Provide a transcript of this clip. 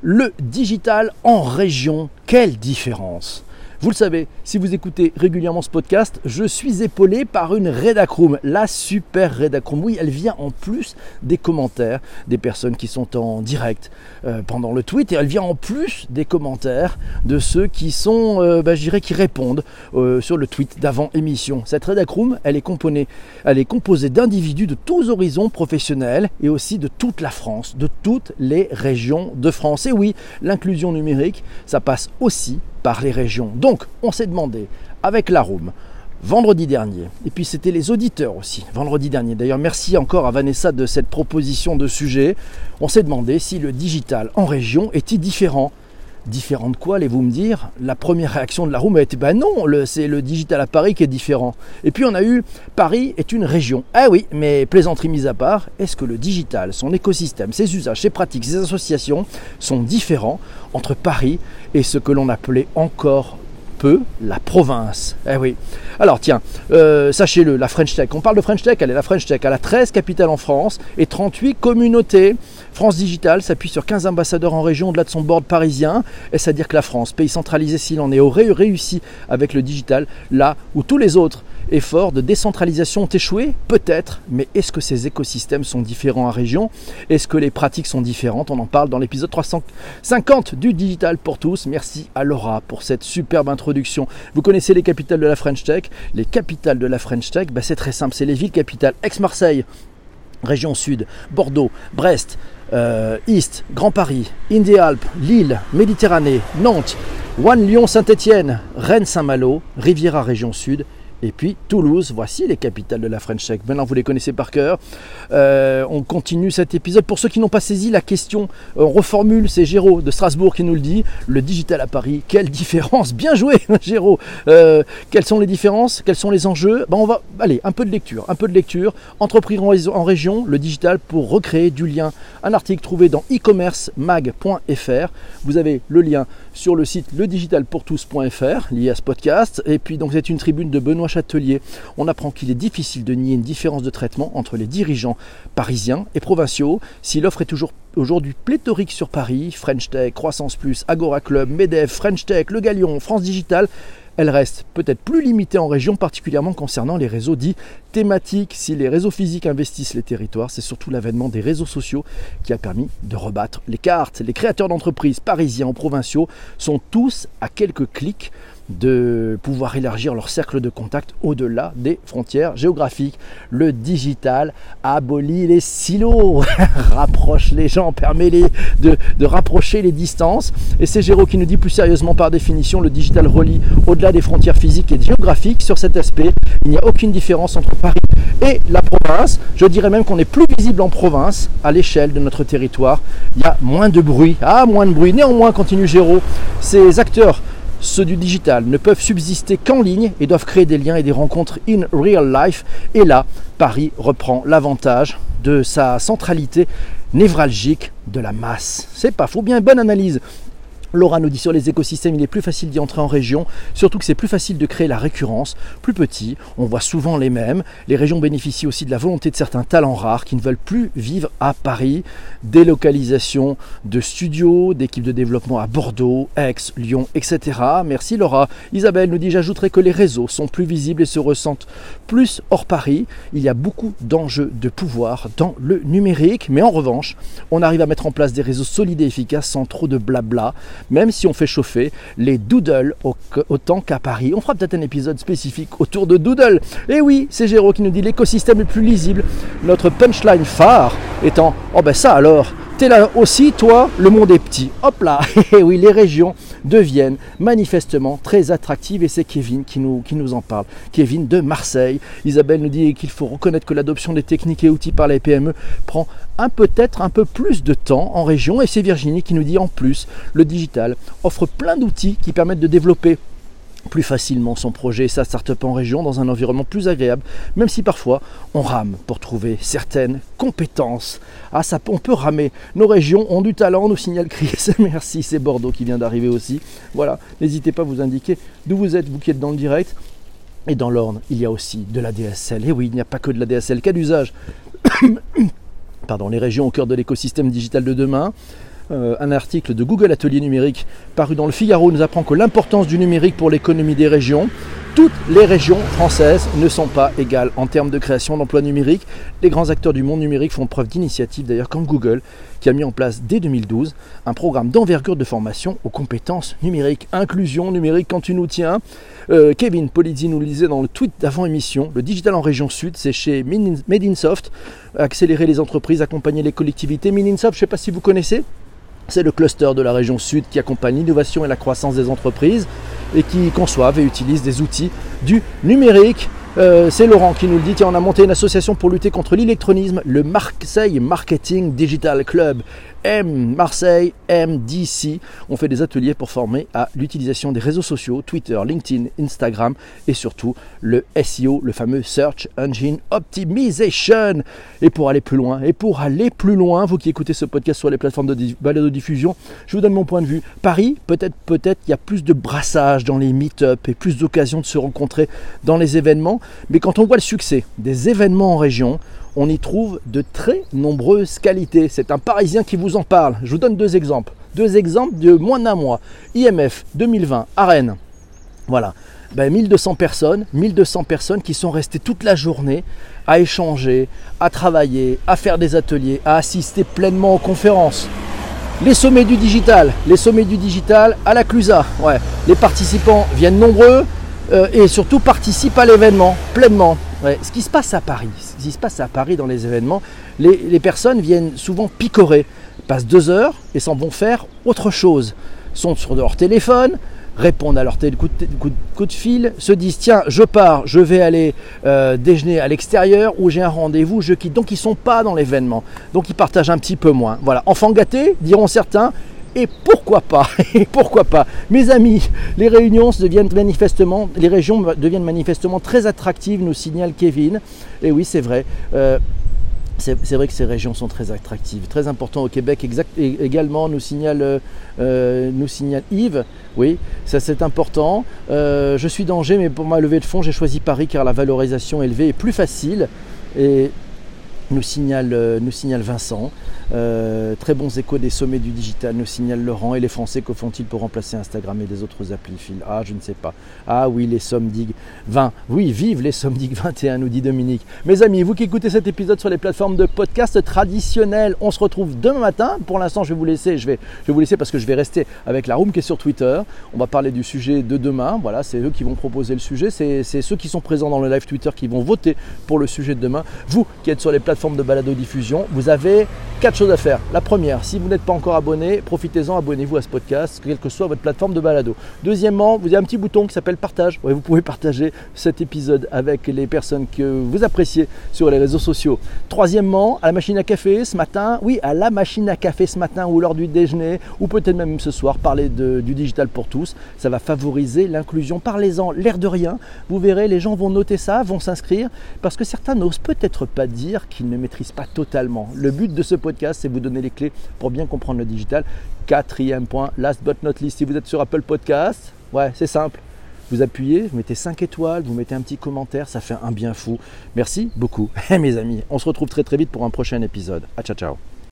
Le digital en région, quelle différence ? Vous le savez, si vous écoutez régulièrement ce podcast, je suis épaulé par une Redacroom, la super Redacroom. Oui, elle vient en plus des commentaires des personnes qui sont en direct pendant le tweet, et elle vient en plus des commentaires de ceux qui sont, je dirais, qui répondent sur le tweet d'avant émission. Cette Redacroom, elle est composée d'individus de tous horizons professionnels et aussi de toute la France, de toutes les régions de France. Et oui, l'inclusion numérique, ça passe aussi par les régions. Donc, on s'est demandé, avec la Room, vendredi dernier, et puis c'était les auditeurs aussi, vendredi dernier. D'ailleurs, merci encore à Vanessa de cette proposition de sujet. On s'est demandé si le digital en région était différent. Différent de quoi, allez-vous me dire ? La première réaction de la Room a été non, c'est le digital à Paris qui est différent. Et puis on a eu Paris est une région. Ah oui, mais plaisanterie mise à part, est-ce que le digital, son écosystème, ses usages, ses pratiques, ses associations sont différents entre Paris et ce que l'on appelait encore peu la province? Eh oui. Alors tiens, sachez-le, la French Tech, on parle de French Tech, elle est la French Tech, elle a 13 capitales en France et 38 communautés. France Digital s'appuie sur 15 ambassadeurs en région au-delà de son board parisien. Est-ce à dire que la France, pays centralisé s'il en est, aurait réussi avec le digital là où tous les autres efforts de décentralisation ont échoué? Peut-être, mais est-ce que ces écosystèmes sont différents en région? Est-ce que les pratiques sont différentes? On en parle dans l'épisode 350 du Digital pour tous. Merci à Laura pour cette superbe introduction. Vous connaissez les capitales de la French Tech? Les capitales de la French Tech, c'est très simple, c'est les villes capitales. Aix-Marseille, région sud, Bordeaux, Brest, East, Grand Paris, Indes-Alpes, Lille, Méditerranée, Nantes, One, Lyon, Saint-Étienne, Rennes, Saint-Malo, Riviera, région sud, et puis Toulouse. Voici les capitales de la French Tech. Maintenant, vous les connaissez par cœur. On continue cet épisode. Pour ceux qui n'ont pas saisi la question, on reformule. C'est Géraud de Strasbourg qui nous le dit. Le digital à Paris, quelle différence? Bien joué, Géraud. Quelles sont les différences? Quels sont les enjeux? On va aller un peu de lecture. Entreprise en région, le digital pour recréer du lien. Un article trouvé dans e-commercemag.fr. Vous avez le lien sur le site ledigitalpourtous.fr lié à ce podcast. Et puis donc c'est une tribune de Benoît Châtelier. On apprend qu'il est difficile de nier une différence de traitement entre les dirigeants parisiens et provinciaux. Si l'offre est toujours aujourd'hui pléthorique sur Paris, French Tech, Croissance Plus, Agora Club, Medef, French Tech, Le Galion, France Digital, elle reste peut-être plus limitée en région, particulièrement concernant les réseaux dits thématiques. Si les réseaux physiques investissent les territoires, c'est surtout l'avènement des réseaux sociaux qui a permis de rebattre les cartes. Les créateurs d'entreprises parisiens ou provinciaux sont tous à quelques clics de pouvoir élargir leur cercle de contact au-delà des frontières géographiques. Le digital abolit les silos, rapproche les gens, permet de rapprocher les distances. Et c'est Géraud qui nous dit plus sérieusement, par définition, le digital relie au-delà des frontières physiques et géographiques. Sur cet aspect, il n'y a aucune différence entre Paris et la province. Je dirais même qu'on est plus visible en province à l'échelle de notre territoire. Il y a moins de bruit. Moins de bruit. Néanmoins, continue Géraud, ces acteurs, ceux du digital, ne peuvent subsister qu'en ligne et doivent créer des liens et des rencontres in real life. Et là, Paris reprend l'avantage de sa centralité névralgique de la masse. C'est pas faux, bien bonne analyse. Laura nous dit sur les écosystèmes, il est plus facile d'y entrer en région, surtout que c'est plus facile de créer la récurrence. Plus petit, on voit souvent les mêmes. Les régions bénéficient aussi de la volonté de certains talents rares qui ne veulent plus vivre à Paris. Délocalisation de studios, d'équipes de développement à Bordeaux, Aix, Lyon, etc. Merci Laura. Isabelle nous dit, j'ajouterais que les réseaux sont plus visibles et se ressentent plus hors Paris. Il y a beaucoup d'enjeux de pouvoir dans le numérique, mais en revanche, on arrive à mettre en place des réseaux solides et efficaces sans trop de blabla. Même si on fait chauffer les doodles autant qu'à Paris. On fera peut-être un épisode spécifique autour de doodle. Et oui, c'est Géraud qui nous dit l'écosystème est plus lisible. Notre punchline phare étant ça alors, t'es là aussi toi, le monde est petit. Hop là. Et oui, les régions deviennent manifestement très attractives et c'est Kevin qui nous en parle. Kevin de Marseille. Isabelle nous dit qu'il faut reconnaître que l'adoption des techniques et outils par les PME prend peut-être un peu plus de temps en région, et c'est Virginie qui nous dit en plus le digital offre plein d'outils qui permettent de développer plus facilement son projet et sa start-up en région dans un environnement plus agréable, même si parfois on rame pour trouver certaines compétences. On peut ramer. Nos régions ont du talent, nous signale Chris. Merci, c'est Bordeaux qui vient d'arriver aussi. Voilà, n'hésitez pas à vous indiquer d'où vous êtes, vous qui êtes dans le direct. Et dans l'Orne, il y a aussi de la DSL. Et oui, il n'y a pas que de la DSL, cas d'usage. Les régions au cœur de l'écosystème digital de demain. un article de Google Atelier Numérique paru dans le Figaro nous apprend que l'importance du numérique pour l'économie des régions. Toutes les régions françaises ne sont pas égales en termes de création d'emplois numériques. Les grands acteurs du monde numérique font preuve d'initiative, d'ailleurs comme Google, qui a mis en place dès 2012 un programme d'envergure de formation aux compétences numériques. Inclusion numérique quand tu nous tiens. Kevin Polizzi nous le disait dans le tweet d'avant-émission, le digital en région sud, c'est chez Medinsoft, accélérer les entreprises, accompagner les collectivités. Medinsoft, je ne sais pas si vous connaissez, c'est le cluster de la région sud qui accompagne l'innovation et la croissance des entreprises et qui conçoivent et utilisent des outils du numérique. C'est Laurent qui nous le dit. Tiens, on a monté une association pour lutter contre l'électronisme, le Marseille Marketing Digital Club. Marseille, MDC. On fait des ateliers pour former à l'utilisation des réseaux sociaux, Twitter, LinkedIn, Instagram et surtout le SEO, le fameux Search Engine Optimization. Et pour aller plus loin, vous qui écoutez ce podcast sur les plateformes de balado-diffusion, je vous donne mon point de vue. Paris, peut-être il y a plus de brassage dans les meet-up et plus d'occasions de se rencontrer dans les événements. Mais quand on voit le succès des événements en région, on y trouve de très nombreuses qualités. C'est un Parisien qui vous en parle. Je vous donne deux exemples. Deux exemples de moins d'un mois. IMF 2020 à Rennes. Voilà. 1200 personnes qui sont restées toute la journée à échanger, à travailler, à faire des ateliers, à assister pleinement aux conférences. Les sommets du digital à la Clusa. Ouais. Les participants viennent nombreux et surtout participent à l'événement pleinement. Ouais. Ce qui se passe à Paris dans les événements, les personnes viennent souvent picorer, passent 2 heures et s'en vont faire autre chose. Sont sur leur téléphone, répondent à leur coup de fil, se disent tiens je pars, je vais aller déjeuner à l'extérieur ou j'ai un rendez-vous, je quitte. Donc ils ne sont pas dans l'événement, donc ils partagent un petit peu moins. Voilà, enfants gâtés diront certains. Et pourquoi pas, mes amis, les régions deviennent manifestement très attractives, nous signale Kevin. Et oui, c'est vrai. C'est vrai que ces régions sont très attractives, très important au Québec également, nous signale Yves. Oui, ça c'est important. Je suis d'Angers, mais pour ma levée de fonds, j'ai choisi Paris car la valorisation élevée est plus facile. Et nous signale Vincent. Très bons échos des sommets du digital, nous signale Laurent. Et les Français, que font-ils pour remplacer Instagram et des autres applis Phil? Ah, je ne sais pas. Ah oui, les Somdig 20. Oui, vive les Somdig 21, nous dit Dominique. Mes amis, vous qui écoutez cet épisode sur les plateformes de podcast traditionnelles, on se retrouve demain matin. Pour l'instant, je vais vous laisser parce que je vais rester avec la room qui est sur Twitter. On va parler du sujet de demain. Voilà, c'est eux qui vont proposer le sujet. C'est ceux qui sont présents dans le live Twitter qui vont voter pour le sujet de demain. Vous qui êtes sur les plateformes de balado-diffusion, vous avez 4 choses à faire. La première, si vous n'êtes pas encore abonné, profitez-en, abonnez-vous à ce podcast, quelle que soit votre plateforme de balado. Deuxièmement, vous avez un petit bouton qui s'appelle partage. Ouais, vous pouvez partager cet épisode avec les personnes que vous appréciez sur les réseaux sociaux. Troisièmement, à la machine à café ce matin, ou lors du déjeuner, ou peut-être même ce soir, parler du digital pour tous. Ça va favoriser l'inclusion. Parlez-en, l'air de rien. Vous verrez, les gens vont noter ça, vont s'inscrire, parce que certains n'osent peut-être pas dire qu'ils ne maîtrisent pas totalement. Le but de ce podcast, c'est vous donner les clés pour bien comprendre le digital. 4e point, last but not least, si vous êtes sur Apple Podcast, ouais, c'est simple. Vous appuyez, vous mettez 5 étoiles, vous mettez un petit commentaire, ça fait un bien fou. Merci beaucoup, mes amis. On se retrouve très très vite pour un prochain épisode. Ciao, ciao.